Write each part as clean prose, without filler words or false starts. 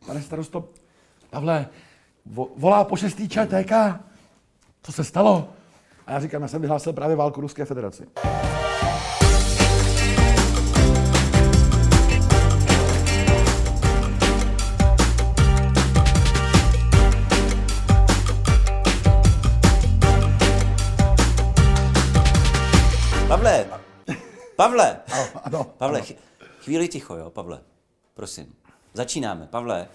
pane starosto, Pavle, volá po 6. ČTK. Co se stalo? A já říkám, já jsem vyhlásil právě válku Ruské federaci. Pavle, Ano. Pavle, chvíli ticho, jo, Pavle, prosím. Začínáme, Pavle.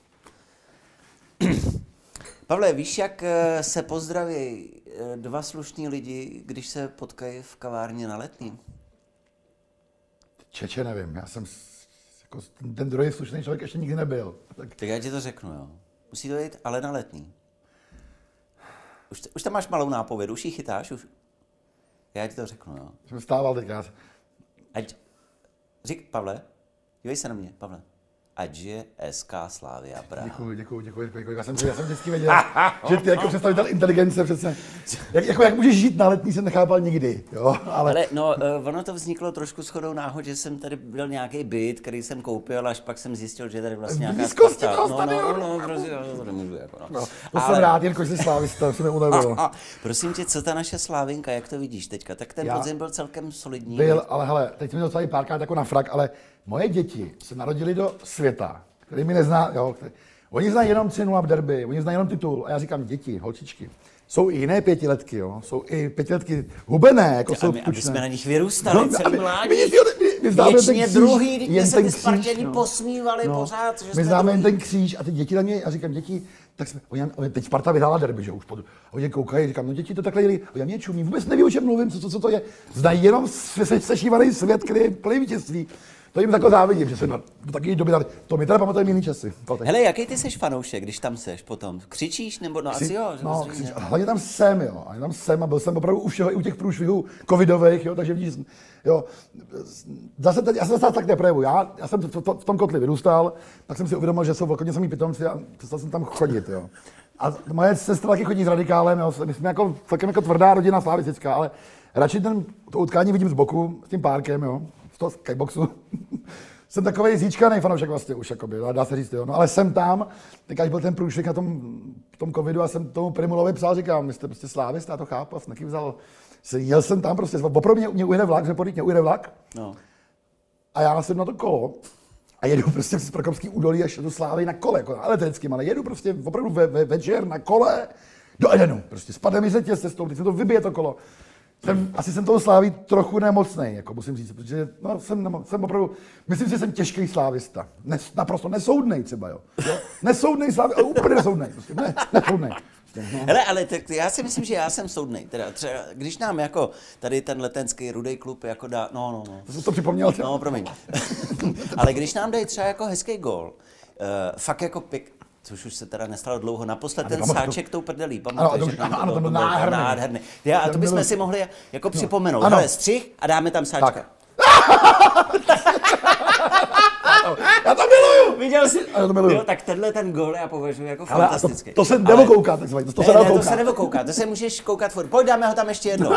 Pavle, víš, jak se pozdraví dva slušní lidi, když se potkají v kavárně na Letným? Čeče, nevím, já jsem jako ten druhý slušný člověk ještě nikdy nebyl. Tak já ti to řeknu, jo. Musí to jít ale na Letný. Už tam máš malou nápovědu, už ji chytáš? Už? Já ti to řeknu, jo. Jsem vstával teďka. Pavle, dívej se na mě, Pavle. Ať žije SK Slavia Praha. Děkuji. Já jsem vždycky věděl, že ty jako představitel inteligence přece. Jak můžeš žít na Letný, jsem nechápal nikdy, jo. Ale no, ono to vzniklo trošku shodou náhod, že jsem tady byl nějaký byt, který jsem koupil, až pak jsem zjistil, že tady vlastně nějaká blízkosti toho stadionu. No, prostě, já to nemůžu, jako no. To jsem rád, jen jsi slávista, se mi unavilo. Prosím tě, co ta naše Slávinka, jak to vidíš teďka? Tak ten podzim byl celkem solidní. Byl, ale hele, teď mi to tady párkrát jako na frak, ale moje děti se narodily do světa, který mi nezná, jo. Oni znají jenom 3-0 v derby, oni znají jenom titul. A já říkám, děti, holčičky, jsou i jiné pětiletky, jo. Jsou i pětiletky hubené, jako jsou tučné. Aby jsme na nich vyrůstali, celý mládí. Věčně druhý, když se ty Spartěni posmívali pořád. My známe jen ten kříž a ty děti na mě, a říkám, děti, tak jsme, teď Sparta vyhrála derby, že už a oni koukají, říkám, no děti to takhle jeli, oni mě čumí, vůbec neví, o čem mluvím, co to je. Znají jenom sešívaný svět, který je plný vítězství. To jim takhle závidím, že se do takové doby dali. To mi teda pamatujeme jiný časy. Hele, jaký ty seš fanoušek, když tam seš potom? Křičíš nebo no asi jo? No, hlavně tam jsem, jo. A byl jsem opravdu u všeho, i u těch průšvihů covidových, jo, takže vidíš, jo. Zase teď, já se zase tak neprojevu. Já jsem v tom kotli vyrůstal, tak jsem si uvědomil, že jsou velkoně samý pitomci a přestal jsem tam chodit, jo. A moje sestra taky chodí s Radikálem, jo. My jsme jako celkem jako tvrdá rodina slavistická, ale radši to utkání vidím z boku, s tím párkem, jo. Z toho skyboxu. Jsem takovej zíčkanej fanoušek vlastně už, jakoby, dá se říct, jo. No ale jsem tam, teď až byl ten průšvih na tom covidu a jsem tomu Primulovi psal, říkám, vy jste prostě slávista, já to chápu, a jsem taky vzal, jel jsem tam prostě, opravdu mě ujede vlak, mě ujede vlak, no. A já jsem na to kolo a jedu prostě z Prokopský údolí až do Slávy na kole, jako na elektrickým, ale jedu prostě opravdu večer na kole do Edenu, prostě spadne mi ze tě cestou, teď se to vybije to kolo. Asi jsem toho Sláví trochu nemocnej, jako musím říct, protože no, jsem opravdu, myslím si, že jsem těžký slávista. Naprosto nesoudnej třeba, jo. Nesoudnej Slávy, ale úplně nesoudnej, prostě nesoudnej. Hele, ale tak já si myslím, že já jsem soudnej. Teda třeba, když nám jako tady ten letenský Rudej klub jako dá, no. To jsi to připomněl? No, promiň. Ale když nám dají třeba jako hezký gól, fakt jako což už se teda nestalo dlouho, naposled ten sáček tou prdelí, pamatuješ? Ano, to byl nádherný. A to bychom si mohli jako připomenout. Hele, střih a dáme tam sáčka. Já to miluju! Viděl jsi? Jo, tak tenhle ten gól já považuji jako fantastický. To se nevokouká, takzvaně. To se nevokouká, to se můžeš koukat furt. Pojď, dáme ho tam ještě jednou.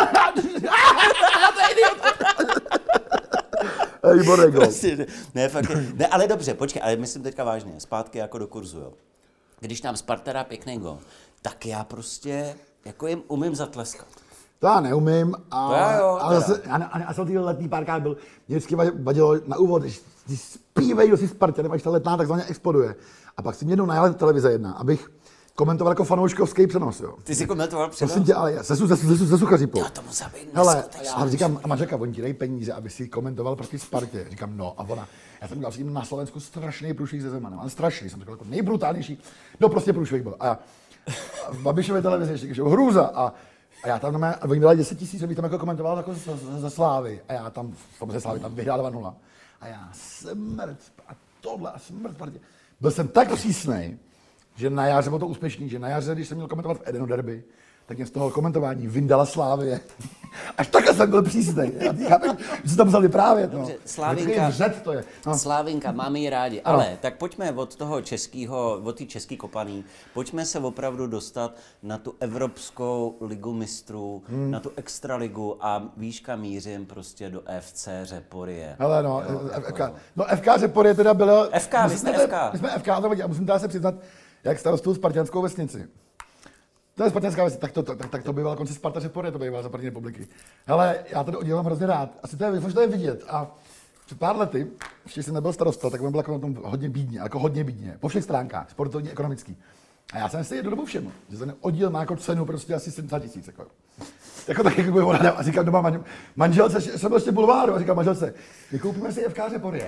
Výborný gól. Ne, fakt ne, ale dobře, počkej, ale myslím teďka vážně, zpátky jako do kurzu, jo. Když nám Sparta dá pěkný gól, tak já prostě jako jim umím zatleskat. To já neumím, ale zase, a jsem týhle letní párkrát byl, mě vždycky vadilo na úvod, když zpívej, kdo si Spartě, nebo až ta letná takzvaně exploduje. A pak si mě jednou najala televize jedna, abych komentoval jako fanouškovský přenos, jo. Ty jsi komentoval přenos? Prosím tě, ale já ze suchařípou. Já to musím být neskutečný. A říkám, a manželka, oni ti dají peníze, aby si komentoval proti Spartě. Říkám, no, a ona. Já jsem dělal s tím na Slovensku strašný průšvih se Zemanem, ale strašný, jsem řekl, jako nejbrutálnější. No prostě průšvih byl. A v Babišově televizi ještě, hrůza. A já tam, a oni dělali 10 000, abych tam jako komentoval jako za Slávy. A já tam, samozřejmě Slávy tam vyhrál 2-0. A já smrt, a tohle, a smrt Spartě. Byl jsem tak přísnej, že na jaře bylo to úspěšný, že na jaře, když jsem měl komentovat v Edenu derby, tak mě z toho komentování vyndala Slávie. Až takhle jsem byl přísnej. Že se tam musel vyprávět. Dobře, No. Slávinka, Vřet to je. No. Slávinka, máme ji rádi, Ano. ale tak pojďme od toho českého, od té český kopaný, pojďme se opravdu dostat na tu Evropskou ligu mistrů, na tu extraligu a víš, kam mířím prostě do FC Řeporyje. Hele, no, Jo, FK. jako- No, FK Řeporyje teda bylo... FK, vy jste FK. My jsme FK, a musím teda se přiznat, jak starostu Spartianskou vesnici. To je Spartianská vesnice, tak to bývala konce Sparta Řeporyje, to bývala za první republiky. Hele, já ten oddíl mám hrozně rád. Asi to je vidět. A před pár lety, ještě jsem nebyl starosta, tak on byl jako na tom hodně bídně, po všech stránkách, sportovní, ekonomický. A já jsem si jednu dobu všiml, že ten oddíl má jako cenu prostě asi 70 000. Jako tak, jak by ona a říkám doma manželce, jsem byl ještě bulváru, a říkám manželce, vykoupíme si FK Řeporyje.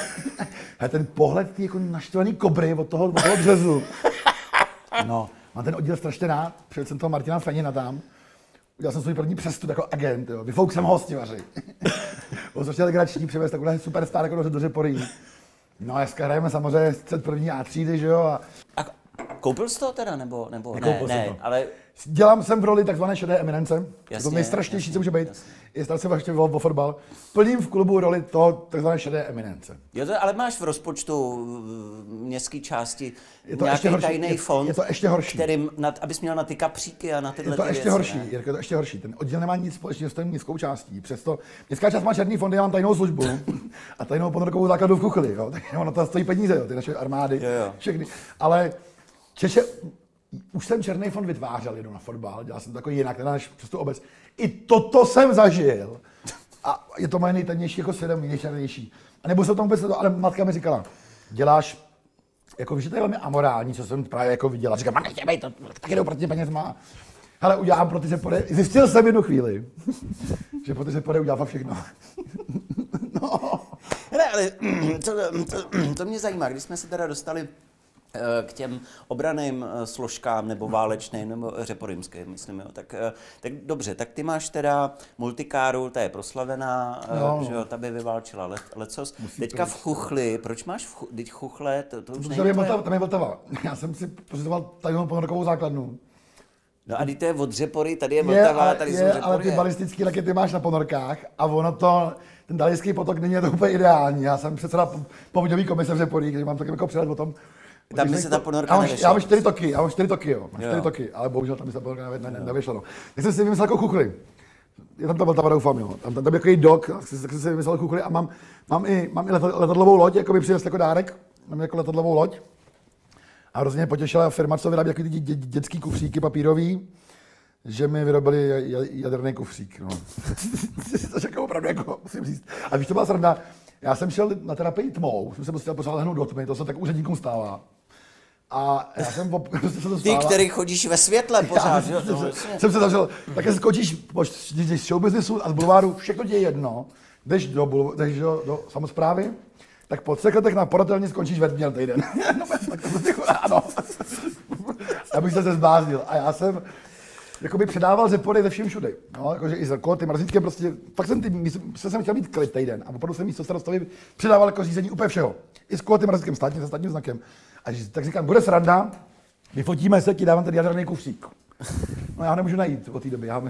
A ten pohled, ty jako naštvaný kobry od toho březu. No, mám ten oddíl strašně rád, přijel jsem toho Martina Fenina tam, udělal jsem svůj první přestup jako agent, jo. Vyfouk jsem hostivaři. On strašně legrační, přivez takovýhle superstar jako do Řeporyjí. No a dneska hrajeme samozřejmě střed první A třídy, že jo. A koupil jsi to teda, nebo Nekoupil jsem to. ale Dělám jsem v roli takzvané šedé eminence. To Jasně, nejstrašnější, co může být. jasně. Je starat se vlastně o fotbal. Plním v klubu roli toho takzvané šedé eminence. jo, ale máš v rozpočtu městské části Je to nějaký ještě horší. tajný fond, Je to ještě horší. kterým, abys měl na ty kapříky a na tyhle Je to ty ještě věci, horší, ne? Jirko, je to ještě horší. Ten oddíl nemá nic společného s tou městskou částí. Přesto městská část má černý fond, já mám tajnou službu a tajnou ponorkovou základnu v Kuchli. Jo. Tak ono to stojí peníze, jo, ty naše armády, Jo. všechny. Ale Češe, už jsem černý fond vytvářel jednou na fotbal, dělal jsem to jako jinak, teda než přes tu obec. I toto jsem zažil. A je to moje nejtemnější jako svědomí, nejčernější. A nebo se o tom vůbec to, ale matka mi říkala, děláš, jako víš, že to je velmi amorální, co jsem právě jako viděla. Říkám, man, nechtěj to taky jdou proti penězma. Hele, udělám pro ty Řeporyje. Zjistil jsem jednu chvíli, že pro ty Řeporyje udělám všechno. No. Hele, ale to mě zajímá, když jsme se teda dostali k těm obranným složkám, nebo válečným, nebo řeporymským, myslím, jo. Tak dobře, tak ty máš teda multikáru, ta je proslavená, No. že jo, ta by vyválčila lecos. Teďka v Chuchli, proč máš teď Chuchle, to už Tam není tvoje... je Vltava. Já jsem si pořizoval tajnou ponorkovou základnu. No a teď to je od Řepory, tady je Vltava, tady jsou ale ty Řeporyje. balistické rakety máš na ponorkách a ono to, ten dalijský potok není to úplně ideální. Já jsem předseda povodňový komise v Řeporyji, takže mám takový jako přehled o tom. Tam by se ta ponorka já nevešla. mám 4 toky, jo. Mám 4 Jo. toky, ale bohužel tam by se ta ponorka nevešla. No. Tak jsem si vymyslel jako Chuchli. Je tam ta Vltava, doufám, jo. Tam je takový dok, tak jsem si vymyslel Chuchli a mám i letadlovou loď, jako by přivez jako dárek. Mám jako letadlovou loď. A hrozně potěšila firma, co vyrábí takový ty dětský kufříky papírový, že mi vyrobili jaderný kufřík. No. To jako opravdu, jako, musím říct. A víš, to byla sranda. Já jsem šel na terapii tmou, jsem se musel pořád lehnout do tmy, to se tak úředníkům stává. A já jsem prostě se to Ty, stává. který chodíš ve světle pořád, jo? Jsem se zavřel, tak skočíš z showbiznesu a z bulváru, všechno ti je jedno, jdeš do samosprávy, tak po 3 letech na poratelně skončíš ve tmě týden. No, tak to prostě, ano. Abych se zbláznil. A já jsem jakoby předával Řeporyje ze vším všude. No, jakože i za ty Mrazítkem prostě, fakt jsem chtěl mít klid týden a opravdu jsem místo starostovi předával jako řízení úplně všeho. I s ty Mrazítkem státním, se státním znakem. A tak říkám, bude sranda, vyfotíme se, ti dávám ten jaderný kufřík. No já ho nemůžu najít od té doby. Já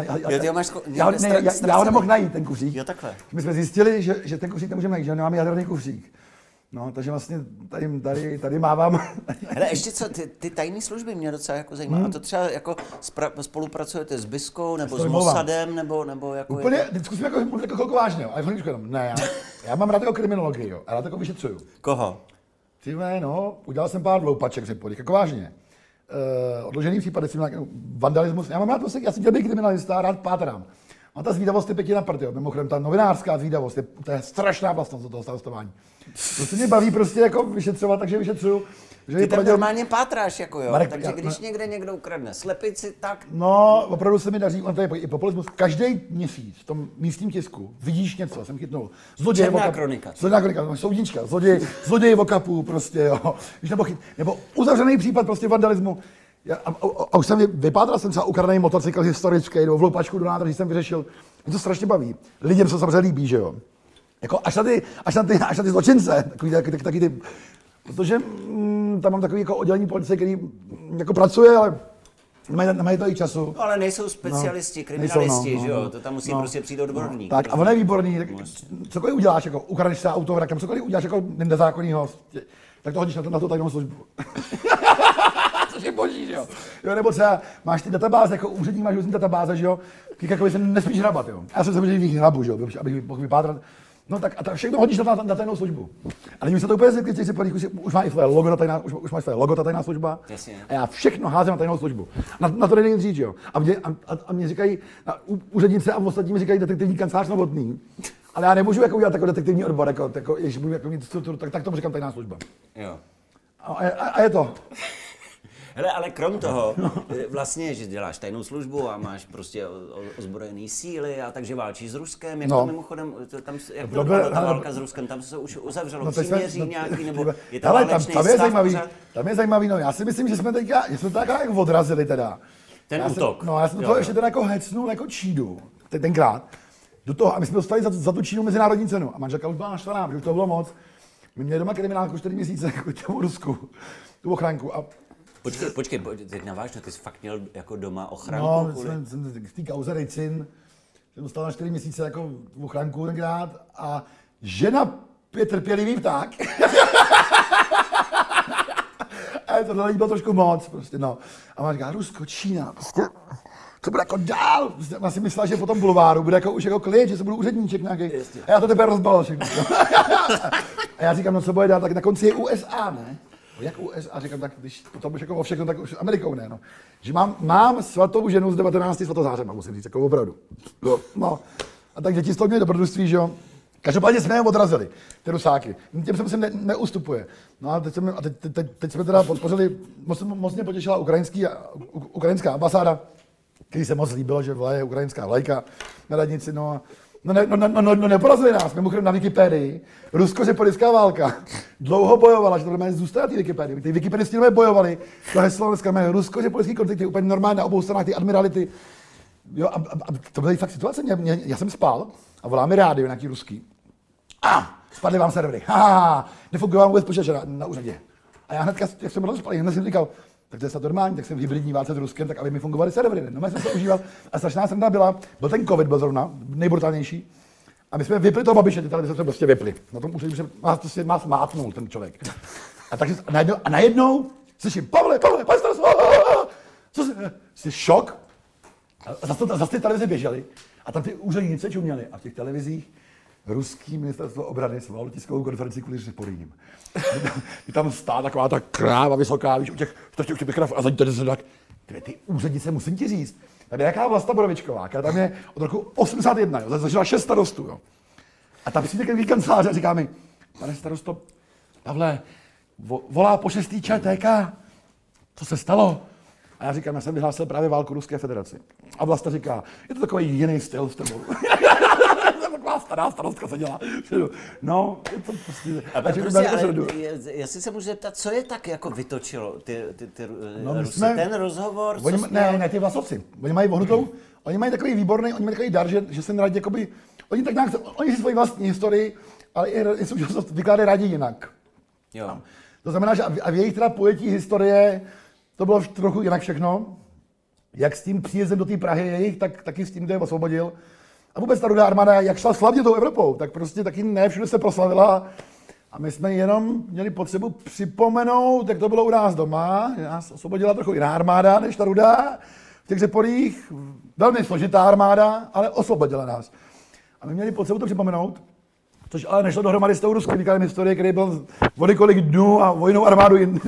ho nemohl najít, ten kufřík. Jo, takhle. My jsme zjistili, že ten kufřík nemůžeme najít, že nemáme jaderný kufřík. No, takže vlastně tady mávám. Hele, ještě co, ty tajné služby mě docela jako zajímá. A to třeba jako spolupracujete s BISkou, nebo s Mossadem, nebo jako... Úplně, zkusím jako mluvit jako chvilku vážně, jo. Ale chvilku jenom, ne, já mám rád jako kriminologii, jo. A rád jako vyšetřuju. Koho? Ty no, udělal jsem pár loupaček Řeporyjích, jako vážně. Odložený případy, vandalismus. Já mám rád, já jsem chtěl být kriminalista, rád pátrám. A ta zvídavost je pěkně na prd, jo. Mimochodem, ta novinářská zvídavost, to je strašná vlastnost do toho starostování. To se mě baví prostě jako vyšetřovat, takže vyšetřuju. Že ty tam normálně pátráš, jako jo. Marek, takže když někdo ukradne slepici, tak... No, opravdu se mi daří, on to je i populismus. Každý měsíc v tom místním tisku vidíš něco, jsem chytnul. Černá kronika. Černá kronika, soudnička, zloděj v okapu, prostě, jo. Víš, nebo uzavřený případ prostě vandalismu. A už jsem vypátral jsem třeba ukradený motocykl historický, nebo vloupačku do nádraží jsem vyřešil. Mě to strašně baví. Lidem se samozřejmě líbí, že jo. Jako až na ty zločince, takový ty, protože tam mám takový jako oddělení policie, který jako pracuje, ale Nemají to i času. No, ale nejsou specialisti, kriminalisti, že jo? To tam musí prostě přijít odborník. Tak a on je výborný, tak cokoliv uděláš, jako ukradneš se auto, tak tam cokoliv uděláš jako nezákonnýho, tak to hodíš na tu tajnou službu. Což je boží, že jo? Nebo třeba máš ty databáze, jako úředník máš různý databáze, že jo? Jako se nesmíš hrabat, jo? Já jsem se že jich hrabu, že jo? Abych mohl vypátrat. No tak a všechno hodíš na tajnou službu. A nyní se to úplně zvyklí, že už má i svoje logo, už máš svoje logo, ta tajná služba. Jasně. A já všechno házím na tajnou službu. Na to nejde říct, jo. A mě říkají, úředníci a ostatní mi říkají detektivní kancelář Novotný. Ale já nemůžu jako udělat jako detektivní odbor, když budu jako mít tak tomu říkám tajná služba. Jo. A je to. Hele, ale krom toho, vlastně, že děláš tajnou službu a máš prostě ozbrojený síly a takže válčíš s Ruskem, jak to mimochodem, jak byla ta válka s Ruskem, tam se už uzavřelo příměří nějaký, nebo je tam válečný stav pořád? Tam je zajímavý, no já si myslím, že jsme to tak jak odrazili teda. Ten útok. Já jsem to ještě teda jako hecnul jako Čídu, tenkrát. Do toho, a my jsme dostali za tu Čínu mezinárodní cenu. A manželka už byla naštvaná, protože už to bylo moc. My měli doma kriminálku 4 měsíce, jako tomu Rusku, tu ochránku. A Počkej, teď navážně, ty jsi fakt měl jako doma ochránku? No, jsem v té kauze Rejcin, jsem dostal na 4 měsíce jako ochránku tenkrát a žena je trpělivý pták. A tohle bylo trošku moc, prostě no. A ona říká, Rusko, Čína, prostě, co bude jako dál? Ona si myslela, že po tom bulváru bude jako už jako klid, že se budu úředníček nějaký. A já to teprve rozbalil všechno. A já říkám, no co bude dál, tak na konci je USA, ne? Jak USA, říkám, tak když potom už jako o všechno, tak už Amerikou ne, no. Že mám svatou ženu z 19. svatozářema, musím říct, jako opravdu. No. A tak děti z toho měli dobrodružství, že jo. Každopádně jsme je odrazili, ty Rusáky. Těm se musím neustupuje. No a teď jsme teda podpořili, moc mě potěšila ukrajinská ambasáda, který se moc líbilo, že je ukrajinská vlajka na radnici, no. No neporazili nás, mimochodem na Wikipedii. Rusko-řepolická válka dlouho bojovala, že to normálně zůstane na té Wikipedii. Ty Wikipedisté bojovali, to heslo dneska jmenuje Rusko-řepolická konflikt je úplně normálně na obou stranách, ty admirality. Jo, a to byly fakt situace, já jsem spal a volá mi rádio nějaký ruský. Spadly vám servery, nefunguje vám vůbec počítač na úřadě. A já hnedka, jak jsem rozpal, hned jsem říkal, tak to je snad normální, tak jsem v hybridní válce s Ruskem, tak aby mi fungovaly servery. No, já jsem se užíval a strašná sranda byl ten covid byl zrovna, nejbrutálnější. A my jsme vypli toho Babiše, ty televize jsme prostě vypli. Na tom úředí, že má smátnul ten člověk. A takže najednou slyším, Pavle, pane starost, co jsi šok? A zase ty televize běžely a tam ty úředníci čuměli a v těch televizích ruský ministerstvo obrany svolalo tiskovou konferenci kvůli řeporím. Je tam stá taková ta kráva vysoká, víš, u těch mikrofů a za ní se tak, ty úřednice, musím ti říct, tady je jaká Vlasta Borovičková, která tam je od roku 81, jo, zažila 6 starostů, jo. A tam přijde takový kancelář a říká mi, pane starosto, Pavle, volá po 6. ČTK, co se stalo? A já říkám, já jsem vyhlásil právě válku Ruské federaci. A Vlasta říká, je to takový jiný styl s tebou. Taková stará starostka se dělá. No, je to prostě... Jestli se můžu zeptat, co je tak jako vytočilo ty Rusy? Jsme, ten rozhovor? Ne, ty Vlasovci. Oni mají ohnutou, oni mají takový výborný, oni mají takový dar, že se rádi jakoby... Oni si svoji vlastní historii, ale i současnost vykládají rádi jinak. Jo. To znamená, že a v jejich teda pojetí historie to bylo trochu jinak všechno. Jak s tím příjezdem do té Prahy jejich, tak taky s tím, kdo je osvobodil. A vůbec ta Rudá armáda, jak šla slavně tou Evropou, tak prostě taky ne všude se proslavila. A my jsme jenom měli potřebu připomenout, jak to bylo u nás doma. Nás osvobodila trochu jiná armáda než ta Rudá. V těch Řeporích velmi složitá armáda, ale osvobodila nás. A my měli potřebu to připomenout, což ale nešlo dohromady s tou ruskou výkladem historie, který byl o několik dnů a vojnou armádu jiný.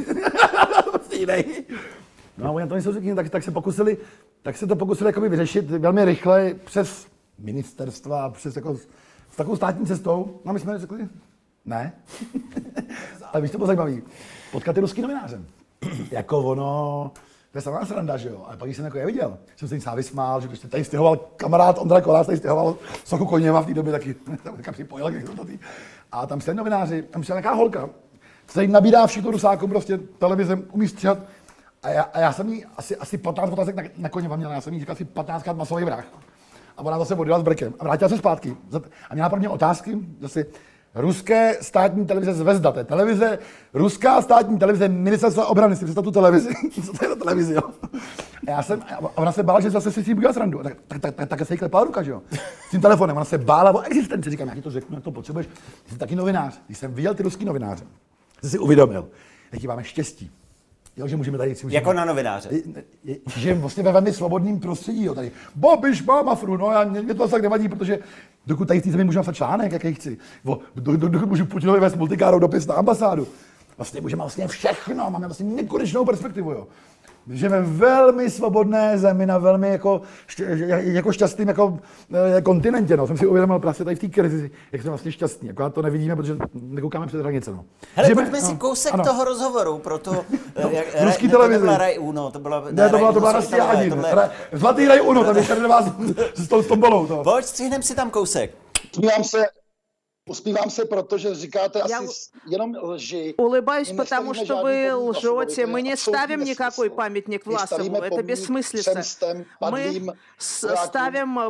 No a oni to nejsou řekli, tak se to pokusili jakoby vyřešit velmi rychle přes ministerstva, přes jako s takovou státní cestou. No a my jsme řekli, ne. Ale víš, to bylo zajímavý. Potkat ty ruský novináře. Jako ono, to je samá sranda, že jo. Ale pak, když jsem jako je viděl, jsem se jim sám vysmál, že když tady stěhoval kamarád Ondra Kolář, tady stěhoval Sochu Koněva v té době taky připojil. A tam se novináři, tam šla nějaká holka, se jim nabídá všechno Rusákům, prostě televize umí stříhat. A já jsem jí asi 15 otázek na Koněva měl, já jsem jí říkal asi 15krát masový vrah. A ona zase odjela s brekem a vrátila se zpátky. A měla pro mě otázky, zase ruské státní televize Zvezda, to je televize, ruská státní televize Ministerstva obrany, si představ tu televizi, co to je za televizi, jo? A ona se bála, že zase si s tím udělá srandu. Tak se jí klepala ruka, že jo? S tím telefonem. Ona se bála o existenci. Říkám, já ti to řeknu, jak to potřebuješ. Ty jsi taky novinář. Když jsem viděl ty ruský novináře, jsem si uvědomil, jaký máme štěstí. Jo, že můžeme tady... Jako na novináře. Že vlastně ve velmi svobodném prostředí, jo, tady. Babiš má mafru, no, mě to tak nevadí, protože dokud tady v té zemi můžu napsat článek, jaký chci. Dokud můžu Putinovi vést multikárou dopis na ambasádu. Vlastně můžeme vlastně všechno, máme vlastně nekonečnou perspektivu, jo. Žijeme v velmi svobodné zemi na velmi jako šťastným jako kontinentě, no. Jsem si uvědomil vlastně tady v té krizi, jak jsme vlastně šťastní. Akorát to nevidíme, protože nekoukáme přes hranice, no. Hele, pojďme si kousek toho rozhovoru, proto ruský televizi. To byla Raj Uno, to byla Rostiáni. Zlatý Raj Uno, tam ještě na vás s tombolou, to. Pojď, střihneme si tam kousek. Успевам се, protože říkáte asi jenom lži. Улыбаюсь, потому что вы лжете. Мы не ставим никакой памятник Власову. Это бессмыслица. Мы ставим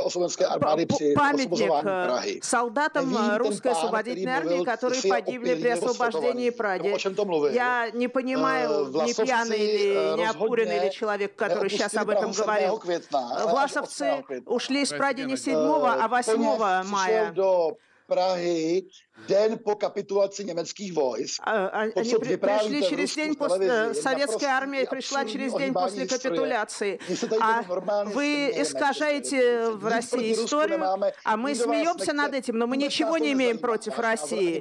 памятник солдатам русской освободительной армии, которые погибли при освобождении Праги. Я не понимаю, не пьяный или не обкуренный или человек, который сейчас об этом говорил. Власовцы ушли из Праги не 7, а 8 мая. Prahy den po kapitulaci německých vojsk. Они пришли через день после... Советская армия пришла через день после капитуляции. А вы искажаете в России историю, а мы смеемся над этим, но мы ничего не имеем против России.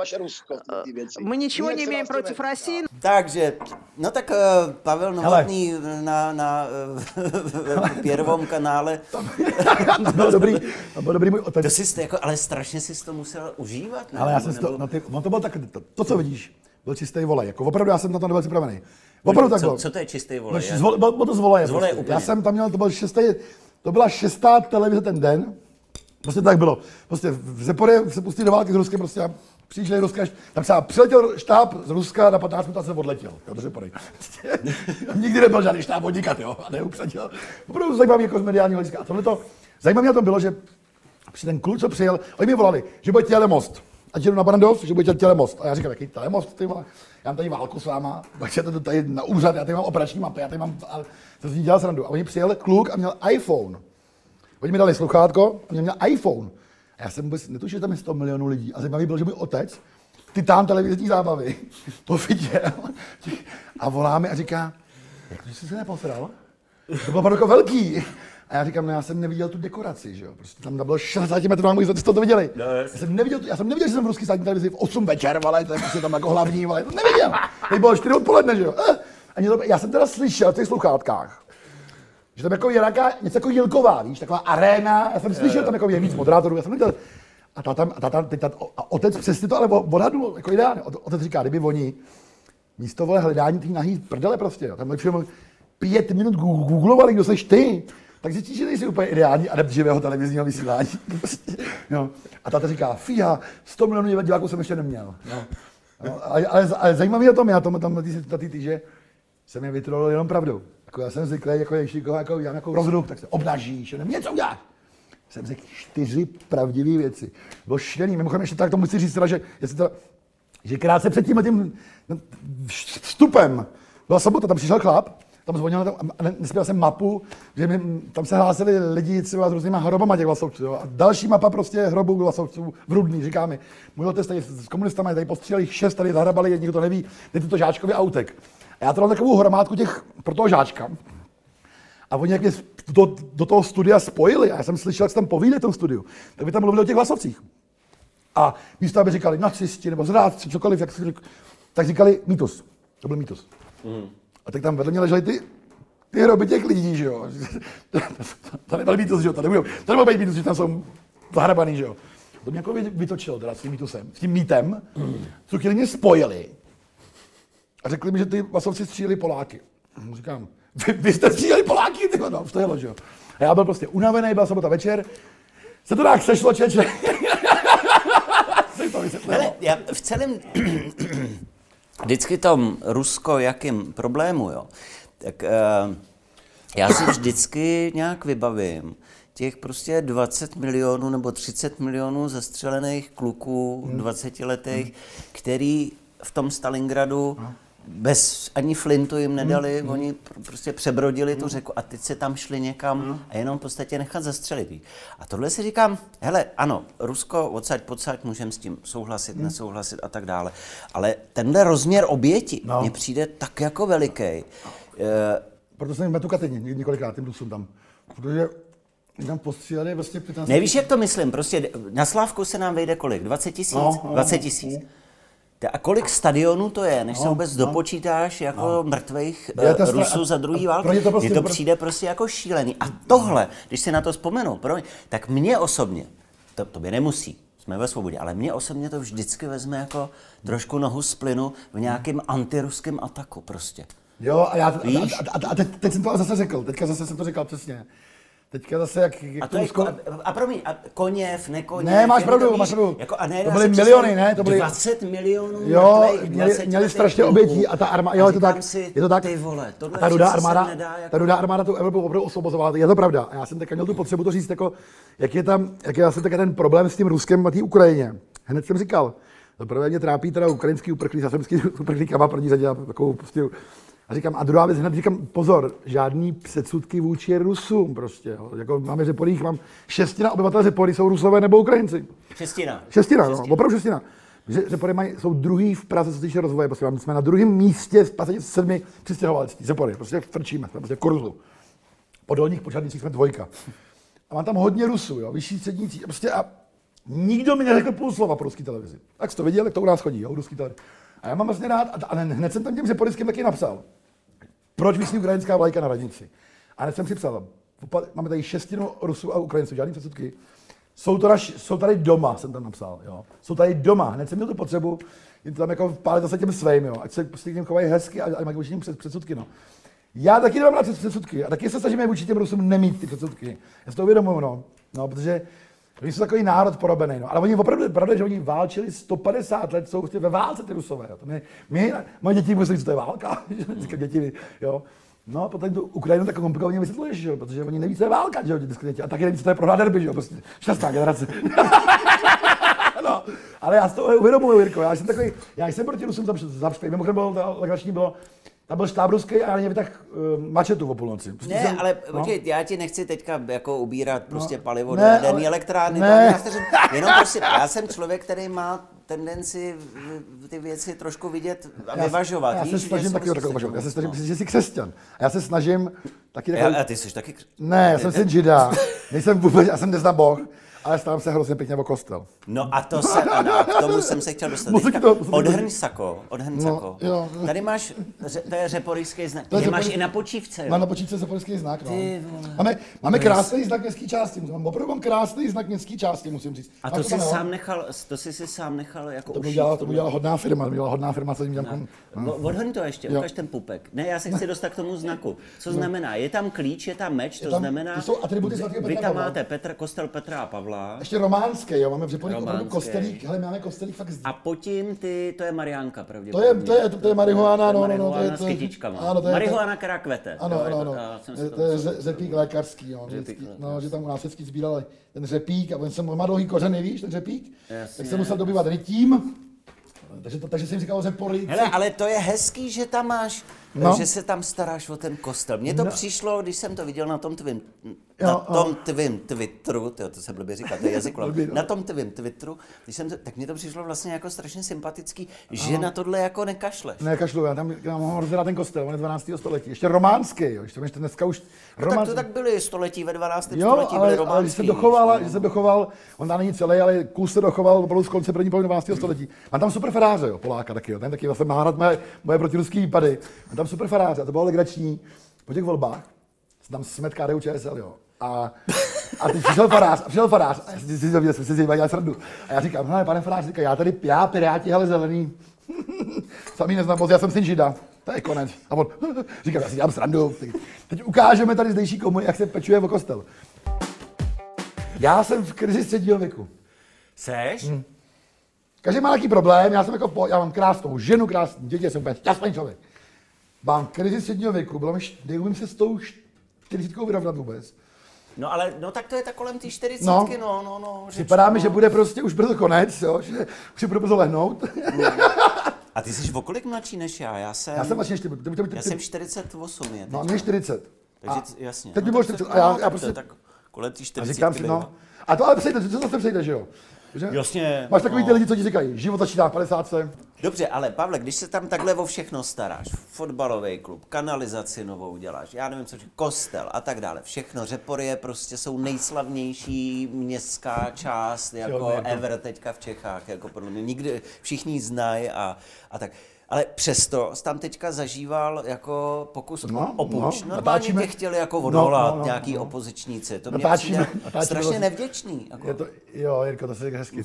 Мы ничего не имеем против России. Takže, no tak Pavel Novotný na Pěrovom kanále. To byl dobrý můj otec. To jsi jako, ale strašně jsi to musel užívat, ne? Ale já jsem to byl tak, to, co vidíš, byl čistý volej. Jako opravdu já jsem na to nebyl připravený. Opravdu tak bylo. Co to je čistý volej? Bylo to z voleje. Prostě. Já jsem tam měl, to byla 6. televize ten den. Prostě tak bylo. Prostě v Zepoře se pustili do války s Ruskem, prostě přišli Ruska, tam třeba přiletěl štáb z Ruska na 15 minut a se odletěl. Do Zepory. Nikdy nebyl žádný štáb odnikat, jo, a neupředěl. Opravdu zajímavý jako z mediálního hlediska. A tohleto, zajímavé na tom bylo, že při ten kluk, co přijel, oni mi volali, že bude telemost. Ať jdu na Barandov, že bude telemost. A já říkám, jaký telemost, ty vole? Já mám tady válku s váma, budete tady na úřad, já tady mám operační mapy, já tady mám, to si dělal srandu. A oni přijel kluk a měl iPhone. Oni mi dali sluchátko a měl iPhone. A já jsem vůbec netušil, že tam je 100 milionů lidí. A zajímavý byl, že můj otec, titán televizní zábavy, to viděl a volá mi a říká, jak jsi se neposral? To bylo jako velký. A já říkám, no já jsem neviděl tu dekoraci, že jo, prostě tam bylo 60 metrů na můj zad, to viděli. No, já jsem neviděl, že jsem v ruský státní televizi v 8 večer, vale, to je prostě tam jako hlavní, vale, to neviděl. Teď bylo 4 odpoledne, že jo. Já jsem teda slyšel v těch sluchátkách, že tam jako je něco jako Jilková, víš, taková aréna, já jsem slyšel tam jako je víc moderátorů, já jsem neviděl. A otec přesně to ale odhadnul, jako ideálně. Otec říká, kdyby oni místo vole hledání těch nahý prdele prostě, jo, tam lepším 5 minut googlovali, kdo seš ty. Tak zjistíš, že nejsi úplně ideální adept živého televizního vysílání. Jo. A táta říká, fíha, 100 milionů diváků jsem ještě neměl. No. No, ale zajímavý je to, já tam na té týže jsem je vytrolil jenom pravdou. Jako já jsem zvyklý, jako já jako rozruch, tak se obnažíš, nevím, něco uděláš. Jsem řekl 4 pravdivé věci. Bylo šílený. Mimochodem ještě tak to musí říct, že krátce před tím vstupem byla sobota, tam přišel chlap, tam zvonil a nespěl jsem mapu, že tam se hlásili lidi třeba s různýma hrobama těch Vlasovců. Jo. A další mapa prostě hrobů Vlasovců v Rudný, říká mi. Můj otec tady s komunistama, tady postříleli 6, tady zahrabali, nikdo to neví, teď to Žáčkovi autek. A já to dal takovou hromádku těch pro toho Žáčka. A oni jak mě do toho studia spojili, a já jsem slyšel, jak se tam povídali v tom studiu, tak by tam mluvili o těch Vlasovcích. A místo, aby říkali nacisti nebo zrádci, cokoliv, tak říkali mýtus. To byl mýtus. A tak tam vedle mě ležely ty hroby těch lidí, že jo. To nebyl mýtus, že jo, to nebyl být mýtus, že tam jsou zahrabaný, že jo. To mě jako vytočilo teda s tím mýtusem, s tím mýtem, co chvíli mě spojili a řekli mi, že ty Vlasovci stříleli Poláky. Říkám, vy jste stříleli Poláky, ty no, to jelo, že jo. A já byl prostě unavený, byla sobota večer, se to tak sešlo, čeče. Hele, já v celém vždycky tom rusko-jakým problému, jo, tak já si vždycky nějak vybavím těch prostě 20 milionů nebo 30 milionů zastřelených kluků 20letých, který v tom Stalingradu bez ani flintu jim nedali, oni prostě přebrodili tu řeku a teď se tam šli někam a jenom v podstatě nechat zastřelit. A tohle si říkám, hele, ano, Rusko odsaď pocať, můžeme s tím souhlasit, nesouhlasit a tak dále, ale tenhle rozměr oběti mně přijde tak jako veliký. Proto jsem jim tu Katyni několikrát těm Rusům tam, protože tam postříleli vlastně 15. Nevíš, jak to myslím, prostě na Slávku se nám vejde kolik? 20 000? 20 000. A kolik stadionů to je, než se vůbec dopočítáš jako mrtvých Rusů za druhý války? Mně to přijde prostě jako šílený. A tohle, když si na to vzpomenu, tak mě osobně, to by nemusí, jsme ve svobodě, ale mě osobně to vždycky vezme jako trošku nohu z plynu v nějakém antiruském ataku prostě. Jo, a teď jsem to zase řekl, teďka zase jsem to říkal přesně. Teďka zase jak a promiň, a Koněv, nekoněv. Ne, máš pravdu, máš pravdu. Jako, a ne, to byly miliony, ne? To byly 20 milionů jo, měli strašně obětí a ta armáda, jo, je to tak. Ty vole, a ta rudá armáda tu Evropu opravdu osvobozovala, je to pravda. A já jsem teďka měl tu potřebu to říct, jako, jak je vlastně ten problém s tím Ruskem a té Ukrajině. Hned jsem říkal, zaprvé mě trápí teda ukrajinský uprchlík, já jsem uprchlíkama první řadě, takovou prostě. A říkám, a druhá věc, hned říkám, pozor, žádný předsudky vůči Rusům prostě. Jo. Jako máme Řeporích, mám 6% obyvatel Řepory jsou Rusové nebo Ukrajinci. 6%, no, opravdu 6%. Řepory jsou druhý v Praze, co se týče rozvoje, prostě jsme na druhém místě z 27 přistěhovalectví. Řepory, prostě frčíme, jsme prostě v Koruzlu. Po dolních počátnicích jsme 2. A mám tam hodně Rusů, jo, vyšší střední tříd, prostě a nikdo mi neřekl půl slova po ruské televizi. Tak jsi to viděl, jak to u nás chodí, jo, ruský televizi. A já mám vlastně rád, a hned jsem tam těm Řeporyským taky napsal, proč visí ukrajinská vlajka na radnici. A hned jsem připsal, máme tady 6% Rusů a Ukrajinců, žádný předsudky. Jsou tady doma, jsem tam napsal, jo. Jsou tady doma, hned jsem měl tu potřebu, jim to tam jako pálit zase těm svým, jo. Ať se prostě k něm chovají hezky a mají vůči něm předsudky, no. Já taky nemám rád předsudky a taky se snažíme vůči těm Rusům nemít ty předsudky. Já si to uvědomuji, no, protože oni jsou takový národ porobený, no. Ale oni opravdu, pravda, že oni válčili 150 let, jsou ve válce ty Rusové, jo. Moje děti myslí, že to je válka, říkám děti, jo. No, potom tu Ukrajinu tak komplikovaně vysvětluješ, jo, protože oni neví, co je válka, že jo, děti, a taky neví, co to je prohrát derby, že jo, prostě šťastná generace. No, ale já si to uvědomuji, Jirko, já jsem proti Rusům zapřklý, mimochodem bylo legrační, tam byl štáb ruský a já na ně vytáhl mačetu o půlnoci. Prostě ne, ale počkej, já ti nechci teďka jako ubírat prostě palivo do jaderné elektrárny. Jenom prosím, já jsem člověk, který má tendenci ty věci trošku vidět a vyvažovat. Já se snažím taky takhle uvažovat. Já se snažím, že jsi křesťan. A já se snažím taky takový. A ty jsi taky křesťan? Ne, já jsem syn žida. Nejsem vůbec, já jsem neznám Boh. Ale stávám se hrozně pěkně o kostel. No a k tomu jsem se chtěl dostat. Odhrň sako. Jo. Tady máš, to je řeporyjský znak. Ty máš i na počívce, jo? Mám na počívce řeporyjský znak, no. Máme krásný znak městské části. Opravdu mám krásný znak městské části, musím říct. A to jsi si sám nechal jako ušít? To udělala hodná firma, co jim dělám. Odhrň to ještě, ukaž ten pupek. Ne, já se chci dostat k tomu znaku. Co znamená? Je tam klíč, je tam meč, to znamená, vy tam máte kostel Petra a Pavla. Ještě románský, jo, máme v Řeporích opravdu kostelík, hele, máme kostelík fakt. A pod tím to je Mariánka pravděpodobně. To je marihuana, marihuana s kytičkama. Marihuana, která kvete. Ano. To je řepík lékařský, jo, že tam u nás vždycky sbírali ten řepík a on má dlouhý kořeny, víš, ten řepík, tak se musel dobývat rytím. Takže jsem říkal Řeporyjci. Hele, ale to je hezký, že tam máš, že se tam staráš o ten kostel. Mně to přišlo, když jsem to viděl na tom tvým Twitteru, to se blbě říká, to je jazyk, na tom tvým Twitteru, tak mně to přišlo vlastně jako strašně sympatický, že na tohle jako nekašleš. Nekašlu, já tam mám hrozně rád ten kostel, on je 12. století, ještě románský, jo, ještě dneska už tak to tak byly století, ve 12. století byly románský. Ale když se dochoval, on tam není celý, ale kus se dochoval opravdu z konce první poloviny 12. století. Mám tam super faráře, jo, Poláka taky, jo, ten taky vlastně má rád moje protiruský výpady. Mám tam super faráře, a to bylo legrační. Po těch volbách tam smet KDU-ČSL, jo. A teď přišel farář, a já jsem si dělal srandu. A já říkám, hele, pane farář, já Piráti, hele, zelený. Samý neznám moc, já jsem syn žida. To je konec. A on říkám, já si dělám srandu. Teď ukážeme tady zdejší komuny, jak se pečuje o kostel. Já jsem v krizi středního věku. Seš? Každý má nějaký problém, já mám krásnou ženu, krásný děti, jsem úplně šťastný člověk. Mám krizi středního věku, neumím se s tou 40 vyrovnat vůbec. No ale, tak to je tak kolem té 40, no. Připadá mi, že bude prostě už brzo konec, jo, že už si budu brzo lehnout. A ty jsi o kolik mladší než já? Já jsem vlastně ještě... Já jsem 48 je. No, mě 40. Takže jasně. Teď by bylo 40. A já prostě... Tak kolem tý 40 říkám si, no. A to ale přejde, co zase přejde, že jo? Že? Jasně. Máš takový ty lidi, co ti říkají, život začíná v 50. Dobře, ale Pavle, když se tam takhle o všechno staráš, fotbalový klub, kanalizaci novou děláš, já nevím co, kostel a tak dále, všechno, Řeporyje prostě jsou nejslavnější městská část, jako ever teďka v Čechách, jako podle mě, nikdy, všichni znají a tak. Ale přesto jsi tam teďka zažíval jako pokus o puč. Normálně tě chtěli jako odvolat nějaký opozičníci. To mě přijde strašně nevděčný. Jako. Je to, jo, Jirko, to se říká hezky.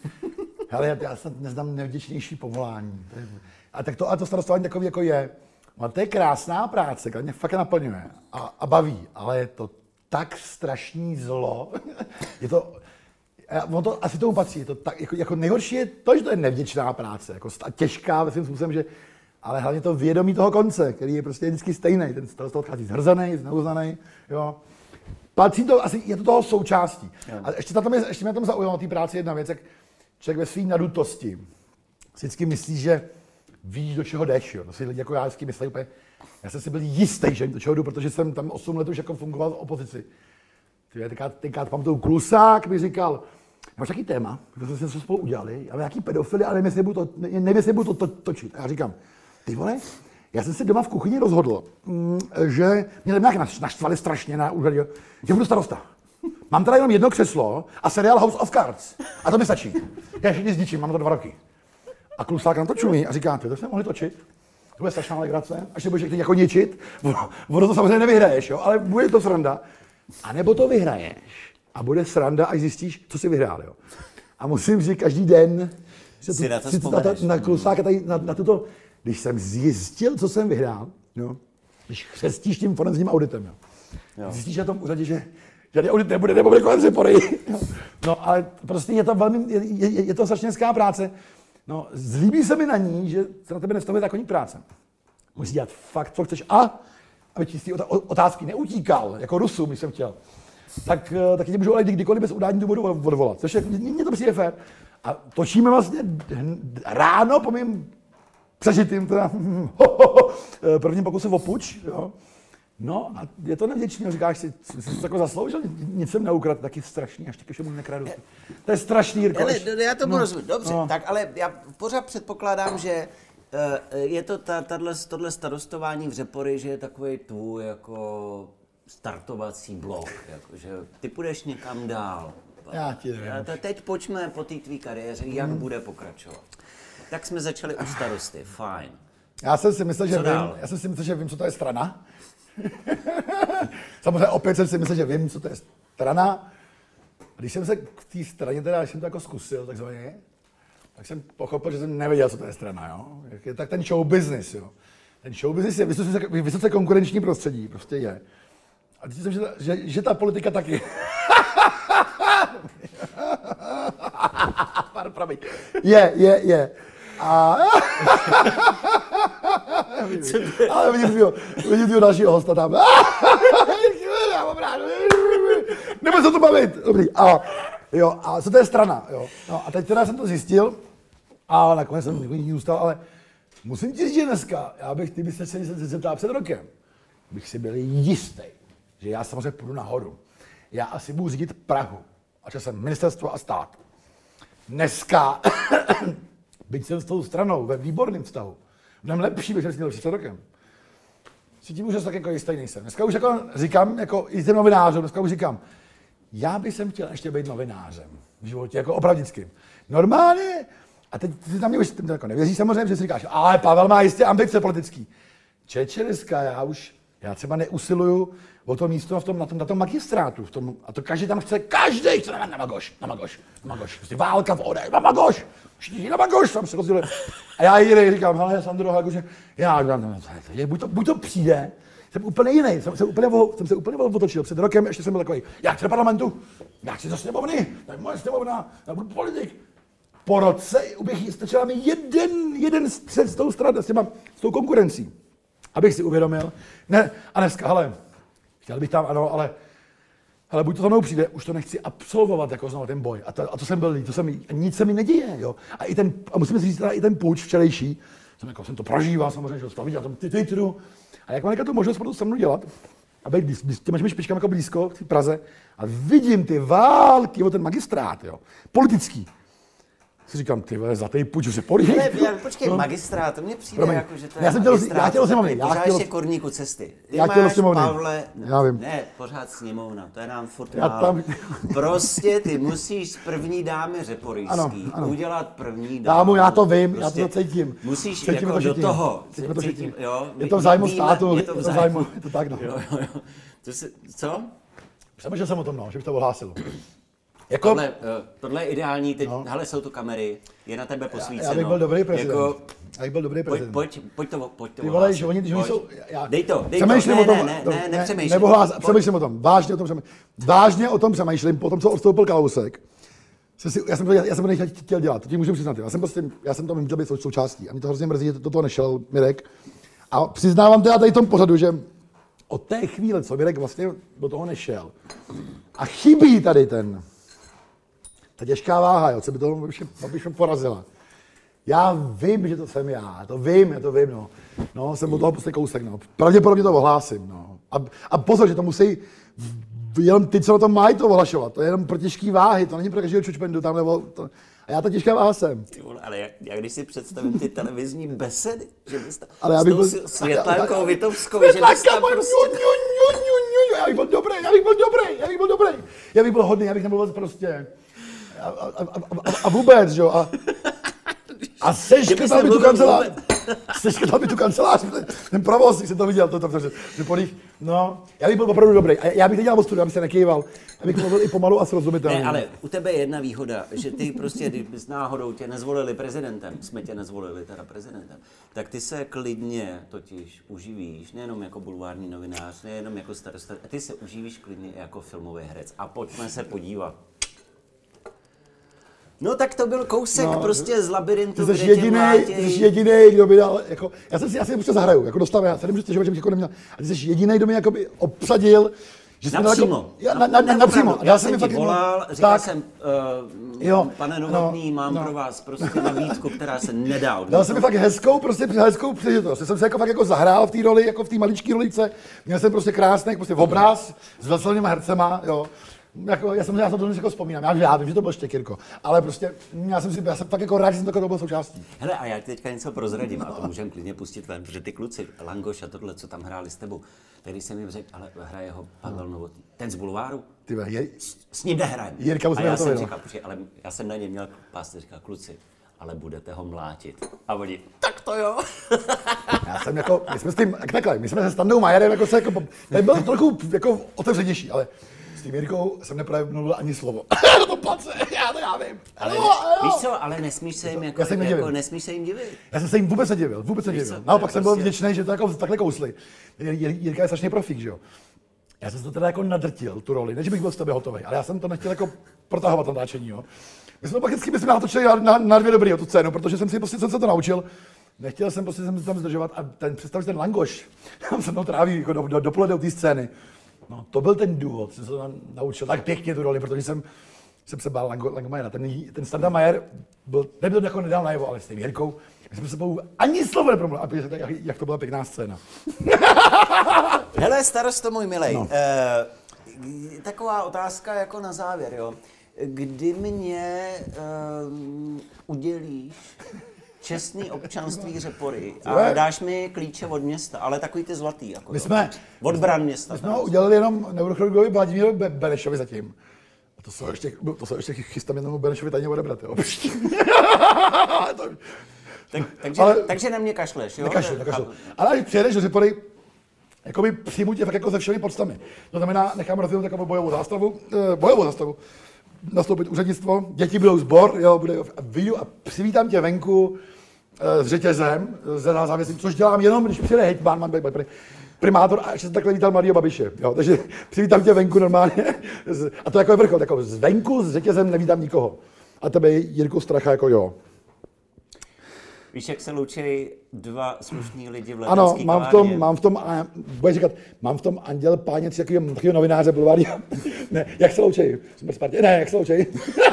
Hele, já snad neznám nevděčnější povolání. A tak to starostování takový jako je. No, to je krásná práce, která mě fakt naplňuje a baví, ale je to tak strašný zlo. Je to... On to asi tomu patří, to tak, jako nejhorší je to, že to je nevděčná práce, jako těžká ve svým způsobem, že, ale hlavně to vědomí toho konce, který je prostě vždycky stejný, ten starosta odchází zhrzený, zneuznaný, jo. Patří to, asi je to toho součástí. A ještě mě tam zaujalo té práci jedna věc, jak člověk ve své nadutosti si vždycky myslí, že víš, do čeho jdeš, jo. To si lidi jako já vždycky myslí úplně, já jsem si byl jistý, že do čeho jdu, protože jsem tam 8 let už jako fungoval v opozici. Tenkrát pamatuju Klusák mi říkal, máš taký téma, protože jsme se spolu udělali, ale nějaký pedofily, ale nevím, jestli budu to točit. A já říkám, ty vole, já jsem se doma v kuchyni rozhodl, že mě tam nějak naštvali strašně na úřadě, že budu starosta. Mám teda jenom jedno křeslo a seriál House of Cards. A to mi stačí. Já ještě nic zničím, mám to 2 roky. A Klusák nám to čumí a říká, to jsme mohli točit. To bude strašná legrace, až se budeš teď jako ničit. Ono to samozřejmě nevyhraješ, jo, ale bude to sranda. A nebo to vyhraješ. A bude sranda, až zjistíš, co jsi vyhrál, jo. A musím říct, každý den si na Klusáka tady na tuto, když jsem zjistil, co jsem vyhrál, jo, když chřestíš tím forenzním auditem, jo. Zjistíš na tom úřadě, že žádný audit nebude, nebo bude kolem Řeporyji. No, ale prostě je to velmi, je to strašně hezká práce. No, zlíbí se mi na ní, že se na tebe nevztahuje zákonník práce. Musíš dělat fakt, co chceš aby ti z té otázky neutíkal, jako Rusům, když jsem chtěl. Tak tě můžu ale kdykoliv bez udání důvodu odvolat, což je, mně to přijde fér. A točíme vlastně ráno po mým přežitým teda prvním pokusu o puč, jo. No a je to nevděčný, říkáš si, jsi to jako zasloužil, nic jsem neukradl, taky strašný, až ke všemu nekradu. To je strašný, Jirko. Já to rozumím, dobře, tak ale já pořád předpokládám, že je to tohle starostování v Řeporyji, že je takový tvůj jako startovací blok, jako, že ty půjdeš někam dál. Já ti nevím. Teď pojďme po té tvý kariéře, jak bude pokračovat. Tak jsme začali u starosty, fajn. Já jsem si myslel, že vím, co to je strana. Samozřejmě opět jsem si myslel, že vím, co to je strana. A když jsem se k té straně, teda, když jsem to jako zkusil, takzvaně, tak jsem pochopil, že jsem nevěděl, co to je strana, jo. Tak ten show business, jo. Ten show business je vysoce konkurenční prostředí, prostě je. A teď jsem, že ta politika taky. Je. A... Ale vidím tvýho dalšího hosta tam. Nebo se to bavit. Dobrý. A co to je strana, jo. No a teď teda jsem to zjistil a nakonec jsem nikdy zůstal, ale musím ti říct, že dneska, ty bys se zeptal před rokem, bych si byl jistý, že já samozřejmě půjdu nahoru. Já asi budu řídit Prahu a časem ministerstvo a stát. Dneska, byť jsem s tou stranou ve výborném vztahu, mnohem lepší, bych jsem měl před rokem. Si tím už tak jako jistý nejsem. Dneska už jako říkám, jako i těm novinářům, dneska už říkám, já bych jsem chtěl ještě být novinářem v životě, jako opravdickým. Normálně, a teď ty tam mě už jako nevěříš samozřejmě, že si říkáš, ale Pavel má jistě ambice politický. Dneska já třeba neusiluju o to místo na tom magistrátu. A to každý chce na Magoš. Prostě válka v ODS, na Magoš. Všichni na Magoš, tam se rozdělili. A já jiný říkám, hele, Sandro, jakože, buď to přijde, jsem úplně jiný, jsem se úplně otočil. Před rokem ještě jsem byl takový, já chci do parlamentu, já chci do sněmovny, to je moje sněmovna, já budu politik. Po roce bych stačila mi jeden střed s tou stranou, s tou konkurencí. Abych si uvědomil, ne, a dneska, hele, chtěl bych tam, ano, ale ale buď to za mnou přijde, už to nechci absolvovat jako znovu ten boj. A to jsem byl, nic se mi neděje, jo. A musím si říct, teda i ten půjč včerejší, jsem to prožíval samozřejmě, že to viděl, ty Twitteru. A jak mám tu možnost potom se mnou dělat, a být s těmi špičkami jako blízko v Praze, a vidím ty války, ten magistrát, jo, politický. Si říkám, ty vole, za tej půjč, že se polí. Počkej, magistrát, to mně přijde jako, že to je já chtěl sněmovny. Pořád ještě Korníku cesty. Ty já chtěl máš, sněmovny. Pavle, já vím. Ne, pořád sněmovna, to je nám furt málo. Prostě ty musíš z první dámy řeporyjský udělat první dámu. Dámu, já to vím, prostě já to cítím. Musíš cítím jako do toho. Cítím. Jo, je to v zájmu státu, je to v zájmu, je to tak, no. Jo. Co? Přemýšlel jsem o tom, že bych to ohlásil. Jako, tohle je ideální, teď, hele, jsou tu kamery, je na tebe posvíceno. Já bych byl dobrý prezident. Já bych byl dobrý prezident. Pojď to Ty vole, že oni jsou... Dej to. Přemýšlím o tom. Nepřemýšlím. Přemýšlím o tom. Vážně o tom přemýšlím, po tom, co odstoupil Kalousek. Já jsem to nechtěl dělat, to tím můžu přiznat. Já jsem tam chtěl být součástí a mě to hrozně mrzí, že do toho nešel Mirek. A přiznávám teda tady v tom pořadu, že od té chvíle, co Mirek vlastně do toho nešel. A chybí tady ta těžká váha, jo, co by to porazila. Já vím, že to jsem já to vím, no. No, jsem od toho prostě kousek, no. Pravděpodobně to ohlásím, no. A pozor, že to musí jenom ty, co na tom mají to ohlašovat. To je jenom pro těžký váhy, to není pro každého čučpendu tam, nebo to... A já ta těžká váha jsem. Ty vole, ale já když si představím ty televizní besedy, že bys tam s tou Světlánkou Vitovskou, že bys tam prostě... Já bych byl dobrý. Já bych byl hodný, já bych nebyl prostě... A vůbec, jo, a seškrtal by tu kancelář, ten provoz, jsem to viděl, že podích, no, já bych byl opravdu dobrý, a já bych nedělal o studiu, abych se nekýval, já bych mluvil i pomalu a srozumitelně. Ne, ale u tebe je jedna výhoda, že ty prostě, když náhodou tě nezvolili prezidentem, jsme tě nezvolili teda prezidentem, tak ty se klidně totiž uživíš, nejenom jako bulvární novinář, nejenom jako starosta, ty se uživíš klidně jako filmový herec a pojďme se podívat. No tak to byl kousek prostě z labirintu, kde tě mlátěj. Ty jsi jedinej, kdo by dal, jako, já si prostě zahraju, jako dostávám, já se nemůžu stěžovat, že bych jako neměl, a ty jsi jedinej, kdo mi jako by obsadil, že jsme napřímo. Napřímo. Já jsem ti volal, říkal jsem, pane Novotný, mám pro vás prostě nabídku, která se nedá odmítnout. Dal jsem mi fakt hezkou příležitost. Já jsem se jako fakt jako zahrál v té roli, jako v té maličké rolice, měl jsem prostě krásný prostě obraz s veselnýma hercema, jo. Jako, já to dnes jako vzpomínám, já vím, že to byl štěkýrko, ale prostě já jsem fakt jako rád, že jsem to byl součástí. Hele, a já teďka něco prozradím, a to můžeme klidně pustit ven, protože ty kluci, Langoš a tohle, co tam hráli s tebou, tady jsem jim řekl, ale hraje ho Pavel Novotný, ten z bulváru, s ním nehrajem. A já jsem říkal, ale já jsem na něj měl pás, říkal, kluci, ale budete ho mlátit. A oni, tak to jo. Já jsem jako, my jsme se Standou Majerem jako se jako, tady byl trochu jako otevřenější, ale s tím Jirkou jsem nepravě mluvil ani slovo. To place, já vím. Ale víš co, ale nesmíš se jim nesmíš se jim divit. Já jsem se jim vůbec nedivil. Naopak jsem byl vděčný, že to jako takhle kousli. Jirka je strašný profík, že jo. Já jsem to teda jako nadrtil, tu roli, než bych byl z tebe hotový, ale já jsem to nechtěl jako protahovat natáčení, jo. My jsme natočili na dvě dobrý tu scénu, protože jsem se to naučil. Nechtěl jsem prostě tam zdržovat a představ si ten Langoš, tam se to tráví jako dopoledne té scény. No, to byl ten důvod, jsem se to naučil tak pěkně tu roli, protože jsem se bál Langomajera. Ten Standa Majer byl, nebyl jako nedal najevo, ale s tím Jirkou, my jsme se spolu ani slovo nepromluvili, jak to byla pěkná scéna. Hele, starosto můj milej, taková otázka jako na závěr, jo. Kdy mě udělíš čestný občanství Řepory a dáš mi klíče od města, ale takový ty zlatý, jako od bran města. My jsme ho udělali jenom neurochirurgovi Vladimíru Benešovi zatím. A to se ještě chystám jednomu Benešovi tajně odebrat, jo. Takže na mě kašleš, jo? Nekašlu. Ale když přijedeš do Řepory, jakoby přijmu tě fakt jako se všemi podstami. To znamená, nechám rozvěnout takovou bojovou zástavu, nastoupit úřednictvo, děti budou sbor, jo, vyjdu a přivítám tě venku s řetězem, za závěsím, což dělám jenom, když přijde hejtman, primátor a ještě takhle vítal Mario Babiše, jo, takže přivítám tě venku normálně a to jako je vrchol, jako zvenku s řetězem nevítám nikoho. A tebe Jirku Stracha jako jo. Víš, jak se loučí dva slušní lidi v letecký kavárně? Ano, mám v tom Anděl Páně, takového novináře bulvární. Ne, jak se loučí? Super Spartě. Ne, jak se loučí?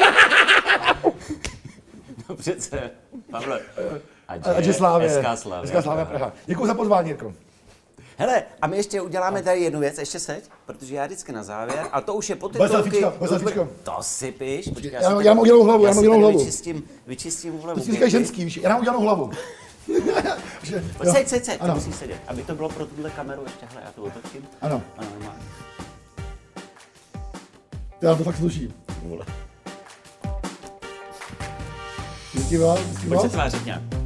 No přece, Pavle. Ať Slávě. SK Slávě Praha. Děkuji za pozvání, Jirko. Hele, a my ještě uděláme tady jednu věc, ještě seď, protože já vždycky na závěr, a to už je po titulky. To si píš. Já mám udělanou hlavu, Vyčistím hlavu. To si říkají ženský, víš, já mám udělanou hlavu. Seď, to musí sedět, aby to bylo pro tuhle kameru ještě, hele, já to otočím. Ano. Ano, má. Já to fakt sluší. Pojď se tvářit nějak.